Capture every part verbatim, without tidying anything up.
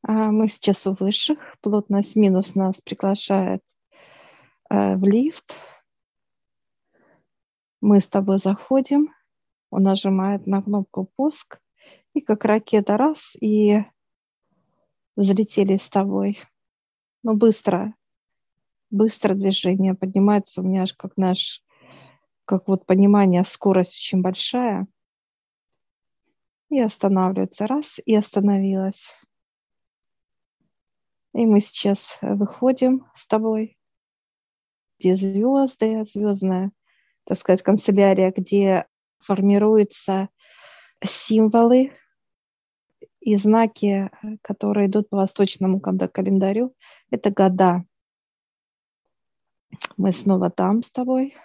А, Мы сейчас у высших. Плотность минус нас приглашает э, в лифт. Мы с тобой заходим. Он нажимает на кнопку «Пуск». И как ракета раз, и взлетели с тобой. Ну, быстро. Быстро движение. Поднимается у меня аж как наш, как вот понимание, скорость очень большая. И останавливается. Раз, и остановилась. И мы сейчас выходим с тобой. Где звезды, звездная, так сказать, канцелярия, где формируются символы и знаки, которые идут по восточному календарю. Это года. Мы снова там с тобой.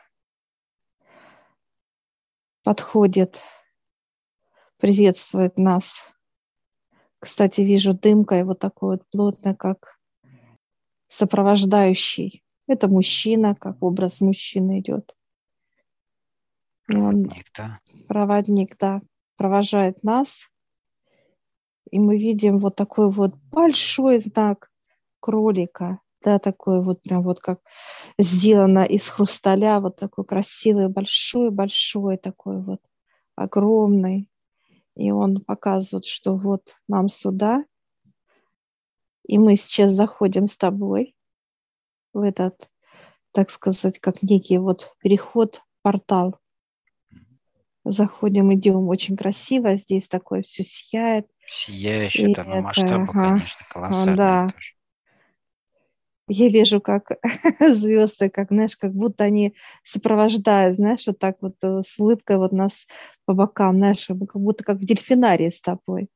Подходит, приветствует нас. Кстати, вижу дымкой вот такой вот плотно, как сопровождающий. Это мужчина, как образ мужчины идет. Проводник, да? Проводник, да, провожает нас. И мы видим вот такой вот большой знак кролика, да, такой вот прям вот как сделано из хрусталя, вот такой красивый, большой-большой такой вот, огромный. И он показывает, что вот нам сюда, и мы сейчас заходим с тобой в этот, так сказать, как некий вот переход, портал. Заходим, идем, очень красиво, здесь такое все сияет. Сияющее, да, но масштабы, ага, конечно, колоссальные да. тоже. Я вижу, как звезды, как, знаешь, как будто они сопровождают, знаешь, вот так вот э, с улыбкой вот нас по бокам, знаешь, как будто как в дельфинарии с тобой.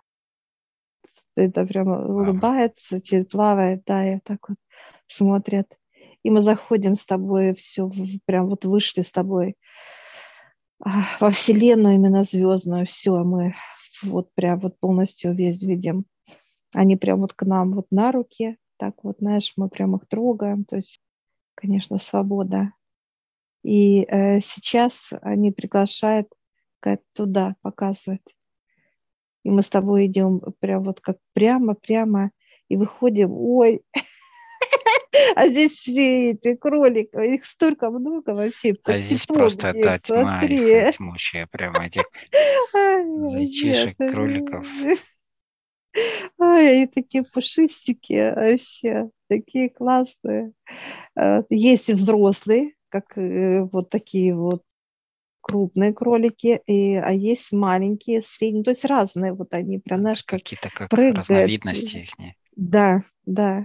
Это прямо Плавает. улыбается, плавает, да, и так вот смотрят. И мы заходим с тобой, все, прям вот вышли с тобой во Вселенную именно звездную, все, мы вот прям вот полностью весь видим. Они прям вот к нам вот на руки, так вот, знаешь, мы прям их трогаем, то есть, конечно, свобода. И э, сейчас они приглашают туда, показывают. И мы с тобой идем прям вот как прямо-прямо и выходим. Ой, а здесь все эти кролики, их столько много вообще, А под здесь теплом, просто, Ник, да, тьма их смотри. тьмущая, прямо этих Ай, нет. зайчишек, кроликов. Ай, они такие пушистики вообще, такие классные. Есть и взрослые, как вот такие вот крупные кролики, и, а есть маленькие, средние, то есть разные, вот они прям, Это знаешь, как какие-то как прыгают. разновидности их. Да, да.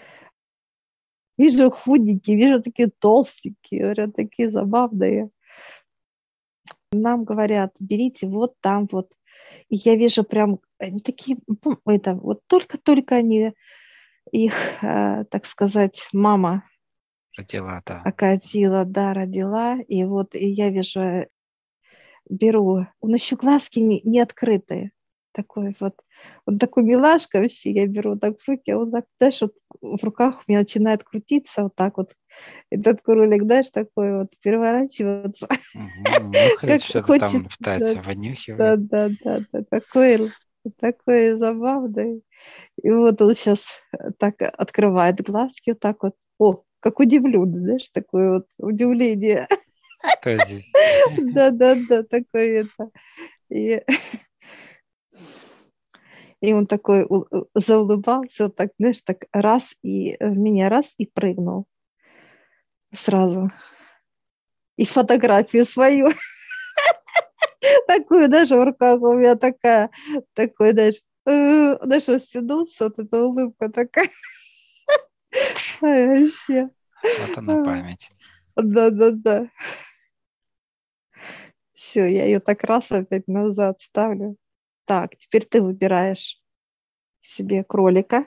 Вижу худенькие, вижу такие толстенькие, говорят, такие забавные. Нам говорят, берите вот там вот. И я вижу прям, они такие, это, вот только-только они, их, так сказать, мама Родила, да. окатила, да, родила, и вот и я вижу, беру, он еще глазки не, не открытые, такой вот, он такой милашка вообще, я беру так в руки, он так, знаешь, вот в руках у меня начинает крутиться вот так вот, этот кролик, знаешь, такой вот переворачиваться, Угу. Нюхает, как что-то хочет, там да, пытается, вынюхивает. да, да, да, да, такой, такой забавный. И вот он сейчас так открывает глазки, вот так вот, о, как удивлен, знаешь, такое вот удивление. Кто здесь? Да-да-да, такое это. И, и он такой у- у- заулыбался, вот так, знаешь, так раз, и в меня раз, и прыгнул сразу. И фотографию свою, такую даже в руках у меня такая, такой, знаешь, э, знаешь, растянулся, вот эта улыбка такая. Ай, вообще. Вот она память. Да-да-да. Все, я ее так раз опять назад ставлю. Так, теперь ты выбираешь себе кролика.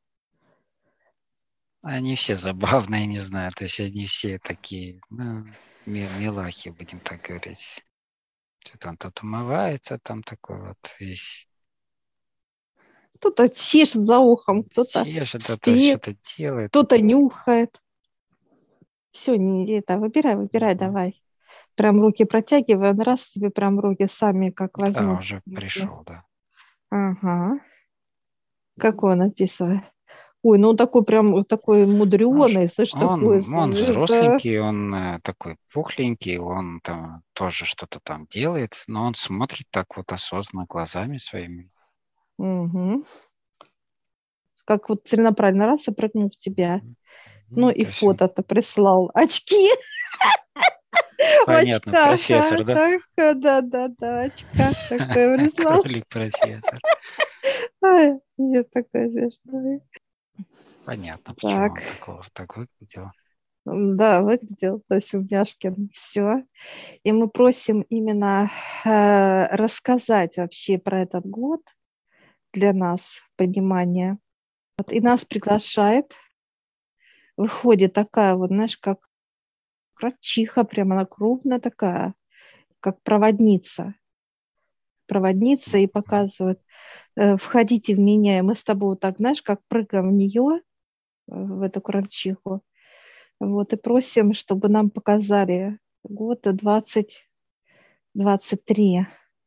Они все забавные, не знаю. То есть они все такие, ну, милахи, будем так говорить. Что-то он тут умывается, там такой вот весь. Кто-то чешет за ухом, кто-то Чешет, да, то есть спит, что-то делает. кто-то Этот. нюхает. Все, не это, выбирай, выбирай, Угу. давай. Прям руки протягиваем, раз тебе прям руки сами как Да, возьмут. уже пришел, да. Ага. Какой он описывает? Ой, ну он такой прям такой мудреный, слышь, такой. Он, он Это... взросленький, он э, такой пухленький, он там тоже что-то там делает, но он смотрит так вот осознанно глазами своими. Угу. Как вот целенаправленно раз и прыгнул в тебя. Ну Ну, и то есть он- фото-то прислал. Очки в понятно, очках. профессор, да? Да-да-да, очках такой прислал. Кролик-профессор. Ай, я такой смешной. Понятно, почему Так, он такого так выглядел. да, выглядел, то есть Умяшкин, все. И мы просим именно э, рассказать вообще про этот год для нас, понимание. Вот, и нас приглашает, выходит такая вот, знаешь, как крольчиха, прямо она крупная такая, как проводница. Проводница и показывает, э, входите в меня, и мы с тобой вот так, знаешь, как прыгаем в нее, в эту крольчиху, вот, и просим, чтобы нам показали год двадцать двадцать три,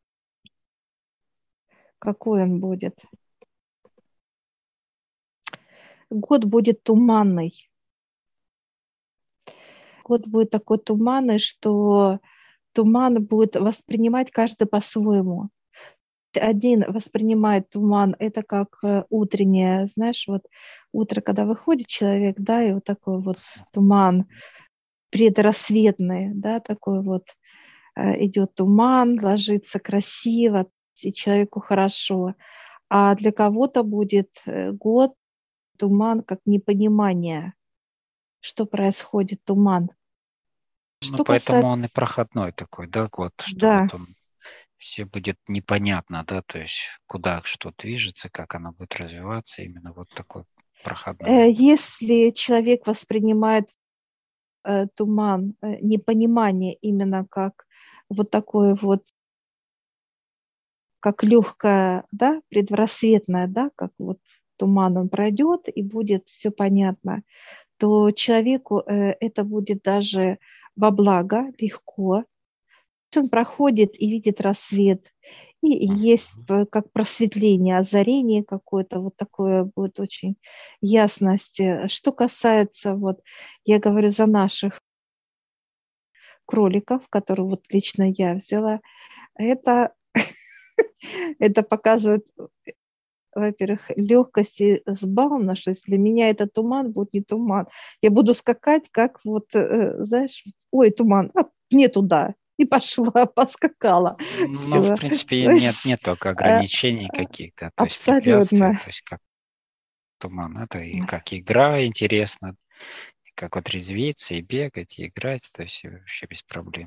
какой он будет. Год будет туманный. Год будет такой туманный, что туман будет воспринимать каждый по-своему. Один воспринимает туман, это как э, утреннее, знаешь, вот утро, когда выходит человек, да, и вот такой вот туман предрассветный, да, такой вот э, идет туман, ложится красиво, и человеку хорошо. А для кого-то будет э, год туман как непонимание, что происходит, туман. Ну, Что поэтому он и касается... проходной такой, да, год, что Да, вот он все будет непонятно, да, то есть куда что движется, как оно будет развиваться, именно вот такой проходной. э, если человек воспринимает э, туман, э, непонимание именно как вот такое вот, как легкое, да, предрассветное, да, как вот туман он пройдет и будет все понятно, то человеку э, это будет даже во благо, легко. Он проходит и видит рассвет, и есть э, как просветление, озарение какое-то, вот такое будет очень ясность. Э, Что касается, вот я говорю за наших кроликов, которые вот лично я взяла, это, это показывает, во-первых, легкость и сбалмошность. Для меня это туман будет не туман. Я буду скакать, как вот, э, знаешь, ой, туман, а, не туда. И пошла, поскакала. Ну, в Все. принципе, нет, нет только ограничений каких-то, то есть препятствий, Абсолютно. то есть как туман, это и как игра интересно, и как вот резвиться, и бегать, и играть, то есть вообще без проблем.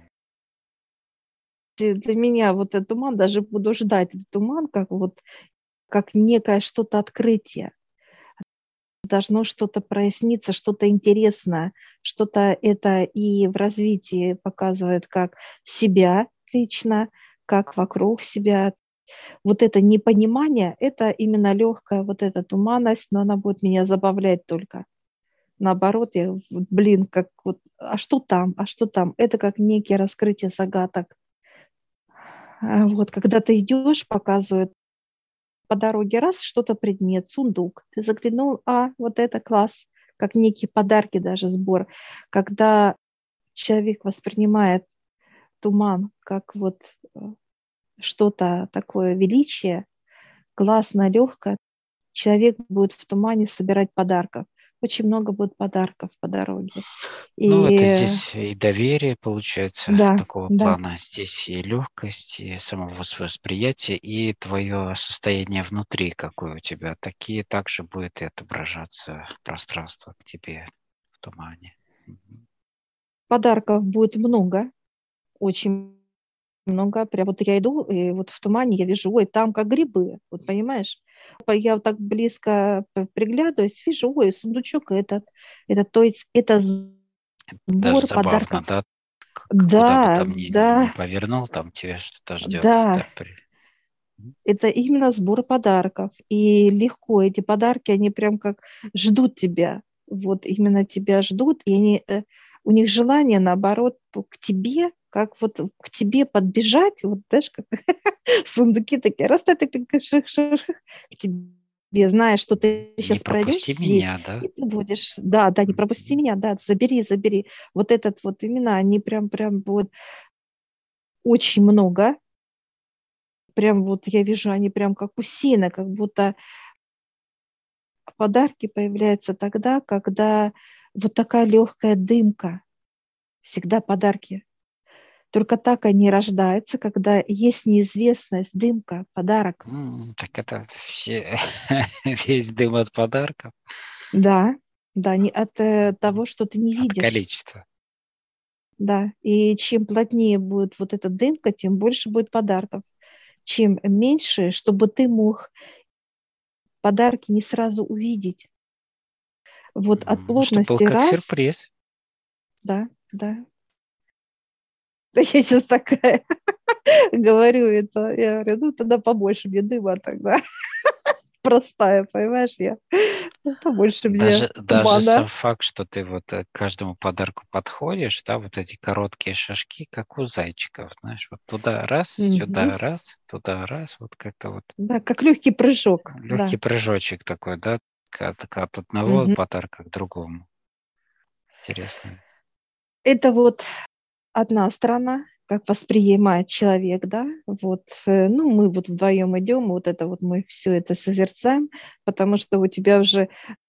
Для меня вот этот туман, даже буду ждать этот туман, как вот как некое что-то открытие. Должно что-то проясниться, что-то интересное, что-то это и в развитии показывает как себя лично, как вокруг себя. Вот это непонимание, это именно легкая вот эта туманность, но она будет меня забавлять только. Наоборот, я, блин, как вот, а что там, а что там? Это как некие раскрытие загадок. Вот, когда ты идешь, показывают по дороге, раз, что-то предмет, сундук. Ты заглянул, а, вот это класс, как некие подарки даже, сбор. Когда человек воспринимает туман как вот что-то такое величие, классно, легкое, человек будет в тумане собирать подарков. Очень много будет подарков по дороге. Ну, это И здесь и доверие, получается, да, такого да. плана. Здесь и легкость, и самовосприятие, и твое состояние внутри, какое у тебя. Такие также будет и отображаться пространство к тебе в тумане. Подарков будет много, очень много. Прям вот я иду, и вот в тумане я вижу, ой, там как грибы, вот понимаешь? Я вот так близко приглядываюсь, вижу, ой, сундучок этот, это, то есть это Даже сбор забавно, подарков. да? К- Куда бы Да, там ни, ни, ни да, повернул, там тебя что-то ждет. да, Да, при- это именно сбор подарков. И легко эти подарки, они прям как ждут тебя. Вот именно тебя ждут, и они, э, у них желание, наоборот, к тебе, как вот к тебе подбежать, вот знаешь, как сундуки такие, раз, так, так, так, ших, ших, ших, к тебе зная, что ты Не сейчас пройдешь пропусти здесь, меня, да? и ты будешь, да, да, не пропусти Мгм. меня, да, забери, забери. Вот этот вот именно, они прям, прям вот очень много, прям вот я вижу, они прям как усины, как будто подарки появляются тогда, когда вот такая легкая дымка, всегда подарки. Только так они рождаются, когда есть неизвестность, дымка, подарок. М, Так это все, весь дым от подарков, Да, да, не от э, Мгм. того, что ты не От видишь. количества. Да, и чем плотнее будет вот эта дымка, тем больше будет подарков. Чем меньше, чтобы ты мог подарки не сразу увидеть. Вот от М, Чтобы был плотности как раз, сюрприз. да, да. Да я сейчас такая говорю это, я говорю, ну тогда побольше мне дыма тогда. Простая, понимаешь, я. Ну, побольше мне Даже, даже тумана. сам факт, что ты вот э, к каждому подарку подходишь, да, вот эти короткие шажки, как у зайчиков, знаешь, вот туда раз, Мгм. сюда раз, туда раз, вот как-то вот Да, как легкий прыжок, легкий да. прыжочек такой, да, от, от одного Мгм. подарка к другому. Интересно. Это вот одна сторона, как воспринимает человек, да, вот, э, ну, мы вот вдвоем идем, вот это вот мы все это созерцаем, потому что у тебя уже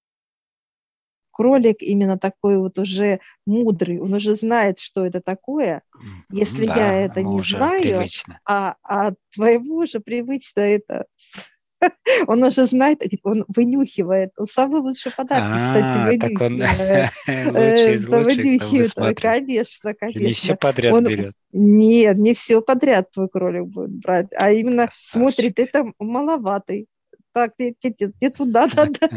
кролик именно такой вот уже мудрый, он уже знает, что это такое. Мгм, Если я да, это ему не уже знаю, привычно. а, а твоему уже привычно это, он уже знает, он вынюхивает, он самые лучшие подарки, кстати, А, так он вынюхивает. лучший Э, из да, лучших там вынюхивает, э, высматривает. конечно, Не все конечно. подряд Он берет. нет, не все подряд твой кролик будет брать, а именно Красавчик. смотрит, это маловатый. Так, не, не, не- не туда надо.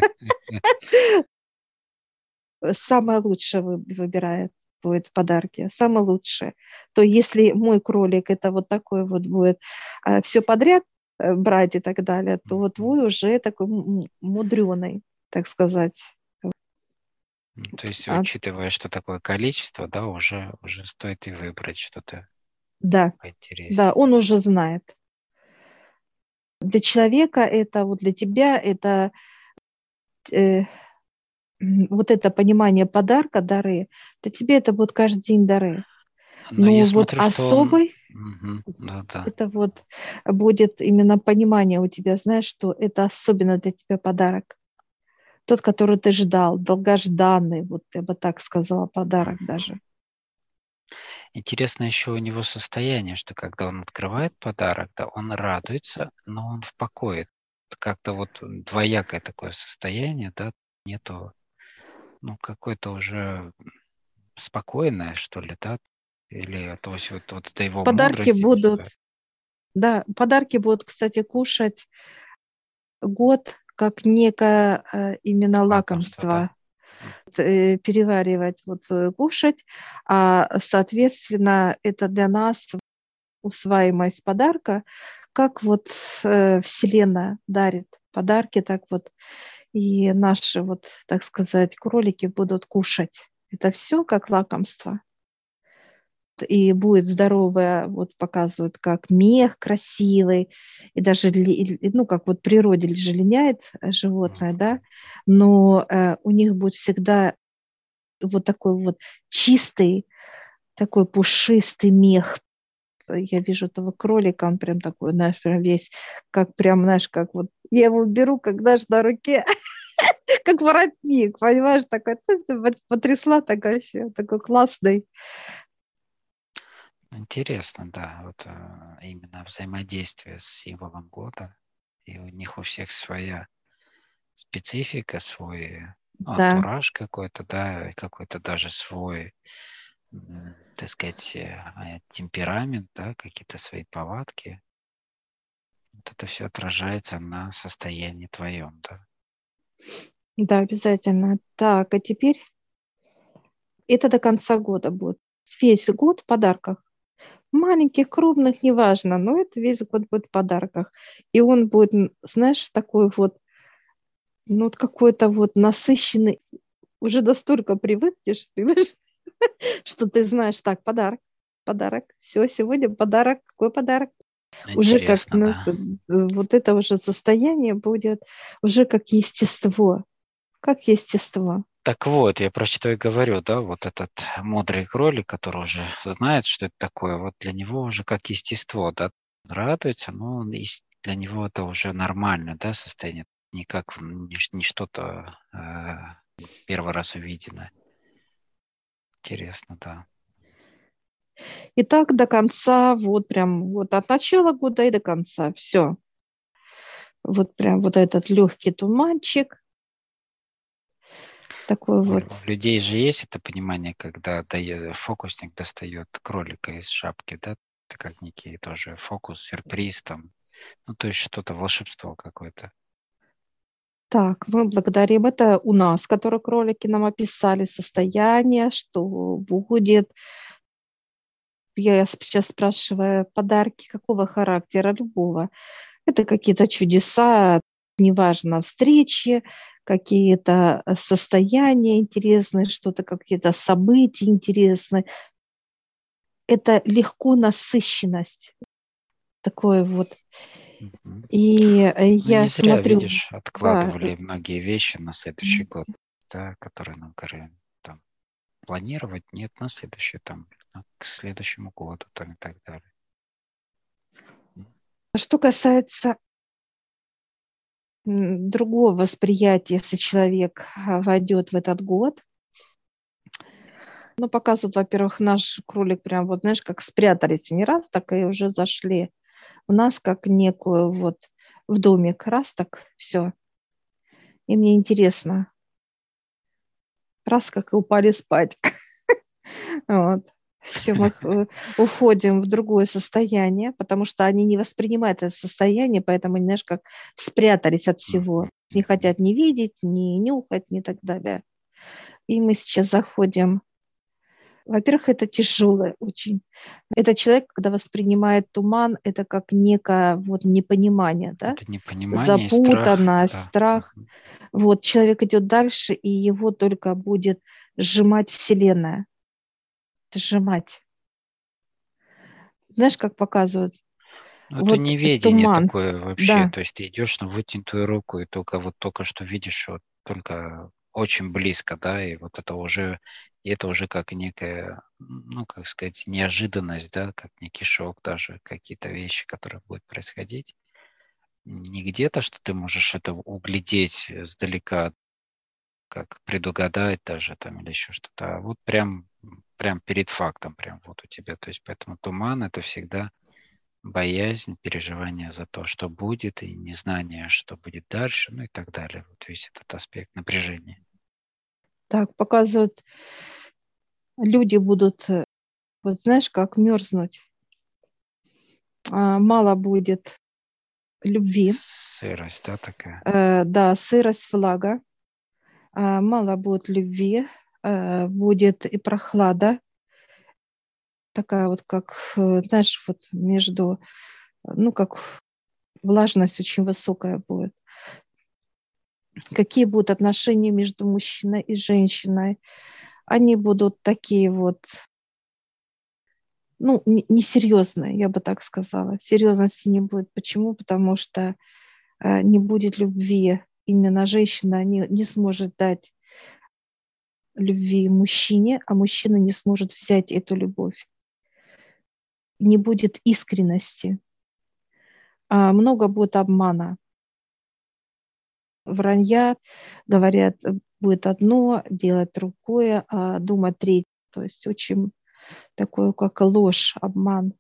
Самое лучшее вы- выбирает будет подарки, самое лучшее. То если мой кролик это вот такой вот будет все подряд э, брать и так далее, то вот Мгм. твой уже такой мудреный, так сказать. Ну, то есть, А, учитывая, что такое количество, да, уже, уже стоит и выбрать что-то да, да, поинтереснее. он уже знает. Для человека это, вот для тебя это э, м, вот это понимание подарка, дары, для тебя это будет каждый день дары. Но Но я вот смотрю, что он... особый Мгм. Да-да. это вот будет именно понимание у тебя, знаешь, что это особенно для тебя подарок. Тот, который ты ждал, долгожданный, вот я бы так сказала, подарок Мгм. даже. Интересно еще у него состояние, что когда он открывает подарок, да, он радуется, но он в покое. Как-то вот двоякое такое состояние, да, нету, ну, какое-то уже спокойное, что ли, да, или то есть вот, вот это его Подарки мудрость или что? будут, да, подарки будут, кстати, кушать год как некое э, именно Лакомство, да? лакомство, э, переваривать, вот э, кушать, а соответственно это для нас усваиваемость подарка, как вот э, Вселенная дарит подарки, так вот и наши, вот, так сказать, кролики будут кушать. Это все как лакомство. И будет здоровая, вот показывают, как мех красивый, и даже, ли- ну, как вот в природе же линяет э, животное, да, Мгм. но э, у них будет всегда вот такой вот чистый, такой пушистый мех. Я вижу этого кролика, он прям такой, знаешь, прям весь, как прям, знаешь, как вот, я его беру, как, знаешь, на руке, как воротник, понимаешь, такой, ты- ты вот потрясла так вообще, такой классный. Интересно, да, вот э, именно взаимодействие с символом года, и у них у всех своя специфика, свой ну, Да, антураж какой-то, да, и какой-то даже свой, м, так сказать, э, а, темперамент, да, какие-то свои повадки. Вот это все отражается на состоянии твоем, да. да, обязательно. Так, а теперь это до конца года будет. Весь год в подарках. Маленьких, крупных, неважно, но это весь год будет в подарках. И он будет, н- знаешь, такой вот, ну, вот какой-то вот насыщенный, уже настолько привыкнешь, понимаешь, что ты знаешь, так, подарок, подарок, все, сегодня подарок, какой подарок? Уже как Интересно, ну, да. вот это уже состояние будет уже как естество, как естество. Так вот, я про что и говорю, да, вот этот мудрый кролик, который уже знает, что это такое, вот для него уже как естество, да, радуется, но он ес- для него это уже нормальное, да, состояние, не как в- не, ш- не что-то э, первый раз увиденное. Интересно, да. И так до конца, вот прям вот от начала года и до конца. Все. Вот прям вот этот легкий туманчик такой У, вот. лю- у людей же есть это понимание, когда дае- фокусник достает кролика из шапки, да, это как некий тоже фокус, сюрприз там, ну, то есть что-то, волшебство какое-то. Так, мы благодарим. Это у нас, которые кролики нам описали состояние, что будет. Я сейчас спрашиваю, подарки какого характера, любого. Это какие-то чудеса, неважно, встречи, какие-то э, состояния интересные, что-то, какие-то события интересные. Это легко насыщенность. Такое вот. Мгм. И э, Ну, не я зря, смотрю, видишь, да, откладывали э, многие вещи на следующий м. год, да, которые нам говорят, там, планировать нет на следующий, там, а к следующему году, там, и так далее. М. Что касается м, другого восприятия, если человек а, войдет в этот год, ну, показывают, во-первых, наш кролик прям вот, знаешь, как спрятались не раз, так и уже зашли в нас, как некую вот в домик, раз так, все. И мне интересно, раз как и упали спать. Вот. Все, мы э, уходим в другое состояние, потому что они не воспринимают это состояние, поэтому, знаешь, как спрятались от всего. Мгм. Не Мгм. хотят ни видеть, ни нюхать, ни так далее. И мы сейчас заходим. Во-первых, это тяжелое очень. Это человек, когда воспринимает туман, это как некое вот непонимание, да? Это непонимание и страх, Запутанность, да. страх. Мгм. Вот человек идет дальше, и его только будет сжимать Вселенная. Сжимать. Знаешь, как показывают? Ну, это Вот э, неведение туман, такое вообще, да, то есть ты идешь на вытянутую руку, и только вот только что видишь вот только очень близко, да, и вот это уже, и это уже как некая, ну, как сказать, неожиданность, да, как некий шок даже, какие-то вещи, которые будут происходить. Не где-то, что ты можешь это углядеть сдалека, как предугадать даже там или еще что-то, а вот прям, прям перед фактом, прям вот у тебя. То есть поэтому туман это всегда боязнь, переживание за то, что будет, и незнание, что будет дальше, ну и так далее. Вот весь этот аспект напряжения. так показывают, люди будут, э, вот знаешь, как мерзнуть. А, мало будет любви, Сырость, да, такая? э, да, сырость, влага, а, мало будет любви, э, будет и прохлада, такая вот, как, э, знаешь, вот между, ну, как влажность очень высокая будет. Какие будут отношения между мужчиной и женщиной? Они будут такие вот, ну, не- несерьезные, я бы так сказала. Серьезности не будет. Почему? Потому что э, не будет любви. Именно женщина не, не сможет дать любви мужчине, а мужчина не сможет взять эту любовь. Не будет искренности. А много будет обмана, вранья. Говорят, э, будет одно, делать другое, а думать третье. То есть очень такое, как ложь, обман.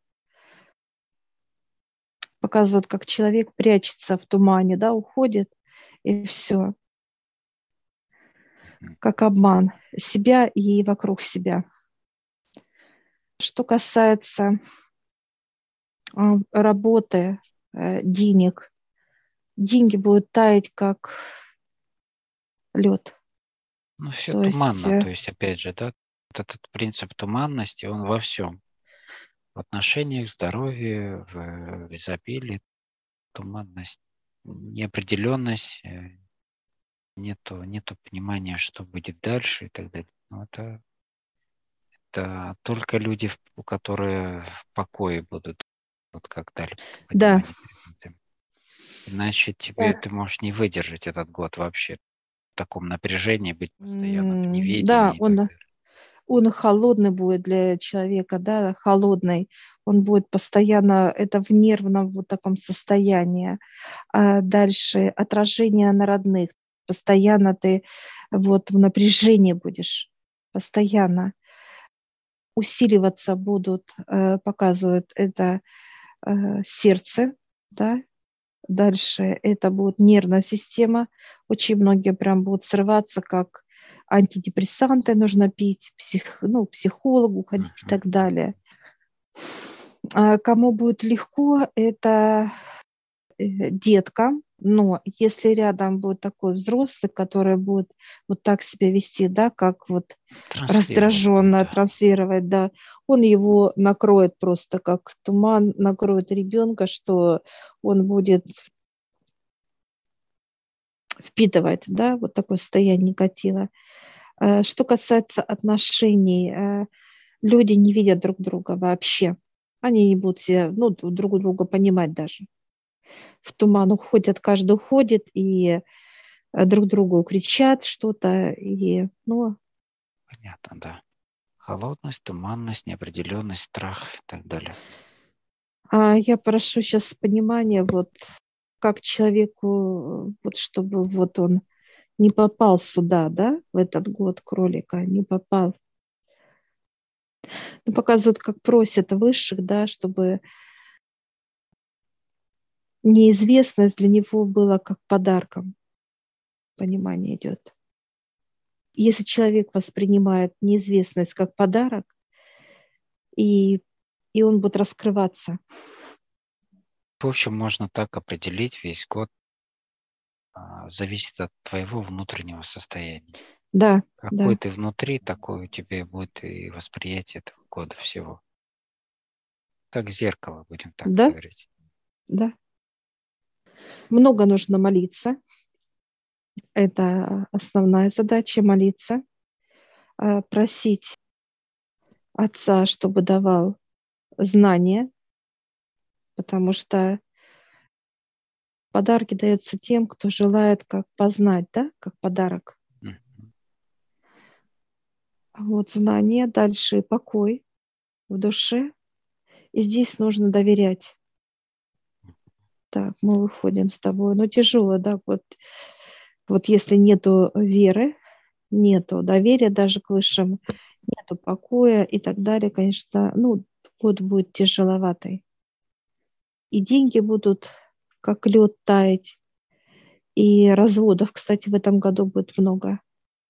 Показывают, как человек прячется в тумане, да, уходит, и все, Мгм. как обман себя и вокруг себя. Что касается а, работы, э, денег, деньги будут таять, как лед. Ну, все То есть, туманно, э, то есть, опять же, да, вот этот принцип туманности, он во всем. В отношениях, в здоровье, в, в изобилии, туманность, неопределенность, э, нету, нету понимания, что будет дальше и так далее. Ну, это, это только люди, в- у которых в покое будут вот как дали Да, понимание перед этим. Иначе тебе да. ты можешь не выдержать этот год вообще в таком напряжении, быть постоянно в М, да, неведении и так он, далее. он холодный будет для человека, да, холодный. Он будет постоянно, это в нервном вот таком состоянии. А дальше отражение на родных. Постоянно ты вот в напряжении будешь. Постоянно. Усиливаться будут, э, показывают это э, сердце, да. Дальше это будет нервная система. Очень многие прям будут срываться, как антидепрессанты нужно пить, псих, ну, к психологу ходить и Мгм. так далее. А кому будет легко, это э, деткам, но если рядом будет такой взрослый, который будет вот так себя вести, да, как вот Транслировать будет, раздраженно да. транслировать, да, он его накроет просто как туман, накроет ребенка, что он будет впитывать, да, вот такое состояние негатива. Э, Что касается отношений, э, люди не видят друг друга вообще. Они не будут себя, ну, друг друга понимать даже. В туман уходят, каждый уходит, и э, друг другу кричат что-то, и, ну, Понятно, да. Холодность, туманность, неопределенность, страх и так далее. а я прошу сейчас понимания, вот как человеку, вот чтобы вот он не попал сюда, да, в этот год кролика, не попал. Ну, показывают, как просят высших, да, чтобы неизвестность для него была как подарком. Понимание идет. Если человек воспринимает неизвестность как подарок, и, и он будет раскрываться. В общем, можно так определить весь год. а, Зависит от твоего внутреннего состояния. Да, Какой да, ты внутри, такое у тебя будет и восприятие этого года всего. Как зеркало, будем так да, говорить. да. Много нужно молиться. Это основная задача — молиться, а, просить Отца, чтобы давал знания, потому что подарки даются тем, кто желает как познать, да, как подарок. Мгм. Вот знание, дальше покой в душе. И здесь нужно доверять. Так, мы выходим с тобой. Ну, тяжело, да, вот, вот если нету веры, нету доверия даже к высшим, нету покоя и так далее, конечно, ну, год будет тяжеловатый. И деньги будут как лед таять, и разводов, кстати, в этом году будет много.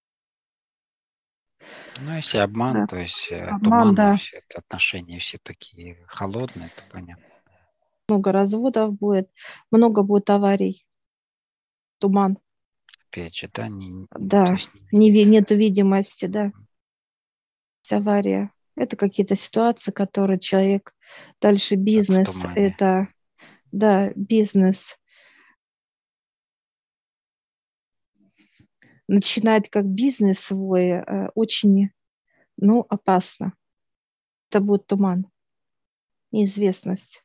Ну, если обман, Да. то есть э, Обман, туманные да, все это отношения, все такие холодные, то понятно. много разводов будет, много будет аварий, туман, Опять же, да, не, ну, то да, есть не не, ви- видит. нету видимости, да, авария. Это какие-то ситуации, которые человек, дальше Как в бизнес, тумане. это, да, бизнес, начинает как бизнес свой, э, очень, ну, опасно. Это будет туман, неизвестность.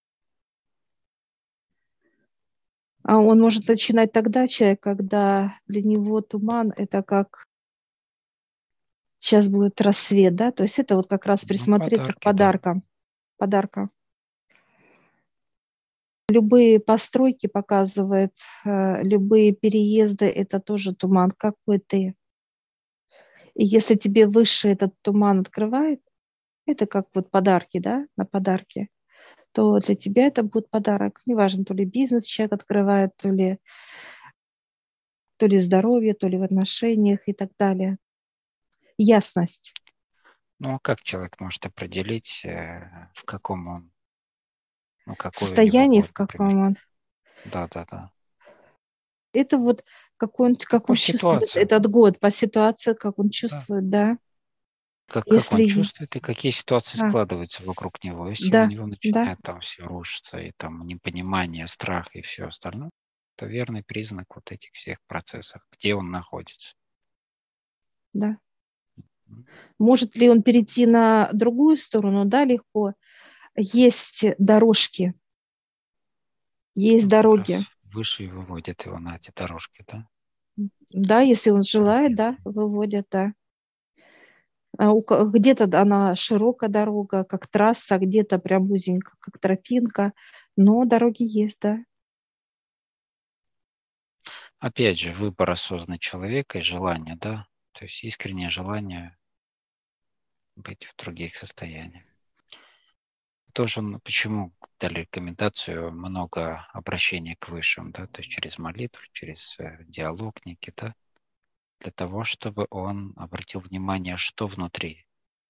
А он может начинать тогда, человек, когда для него туман — это как сейчас будет рассвет, да, то есть это вот как раз Ну, присмотреться к подарки, да. подаркам, подаркам. Любые постройки показывают, э, любые переезды — это тоже туман, какой ты. И если тебе выше этот туман открывает, это как вот подарки, да, на подарки, то для тебя это будет подарок. Неважно, то ли бизнес человек открывает, то ли, то ли здоровье, то ли в отношениях и так далее. Ясность. Ну, а как человек может определить, э, в каком он, ну, какой у него Состояние, год, в например? каком он. Да, да, да. Это вот как он, Ну, как по он чувствует ситуации, этот год, по ситуации, как он да. чувствует, да. Как, как он Если, чувствует и какие ситуации да, складываются вокруг него. Если у да, него да, начинает там все рушиться, и там непонимание, страх и все остальное, это верный признак вот этих всех процессов, где он находится. да. М. Может ли он перейти на другую сторону? Да, легко. есть дорожки, есть Ну, как дороги. раз выше и выводит его на эти дорожки, да? Да, если он желает, да, Тропинки. выводят, да. А у ко- Где-то она широкая дорога, как трасса, где-то прям узенько, как тропинка, но дороги есть, да. Опять же, выбор осознанного человека и желание, да? То есть искреннее желание быть в других состояниях. Тоже м, почему дали рекомендацию много обращения к высшим, да, то есть через молитву, через э, диалог некий, да, для того, чтобы он обратил внимание, что внутри,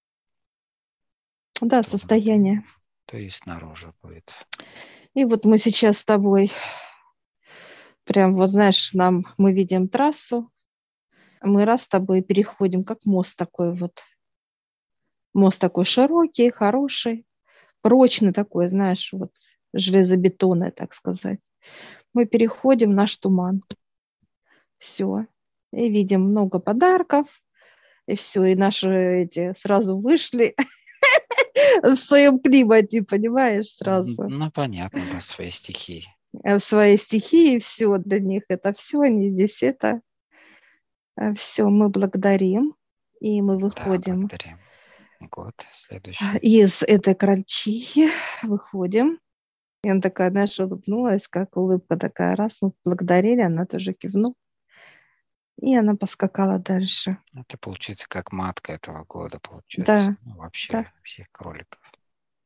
Да, что внутри, состояние. то и снаружи будет. И вот мы сейчас с тобой, прям вот знаешь, нам мы видим трассу, мы раз с тобой переходим, как мост такой вот. Мост такой широкий, хороший, прочный такой, знаешь, вот железобетонный, так сказать. Мы переходим в наш туман. Все. И видим много подарков, и все, и наши эти сразу вышли в своем климате, понимаешь, М, сразу. Ну, понятно, да, свои стихии. Э, В своей стихии, все для них это все, они здесь это. Все, мы благодарим, и мы Да, выходим благодарим. Год следующий. из этой крольчихи, выходим. И она такая, знаешь, улыбнулась, как улыбка такая, раз, мы благодарили, она тоже кивнула, и она поскакала дальше. Это получается как матка этого года, получается. Да, Ну, да, вообще всех кроликов.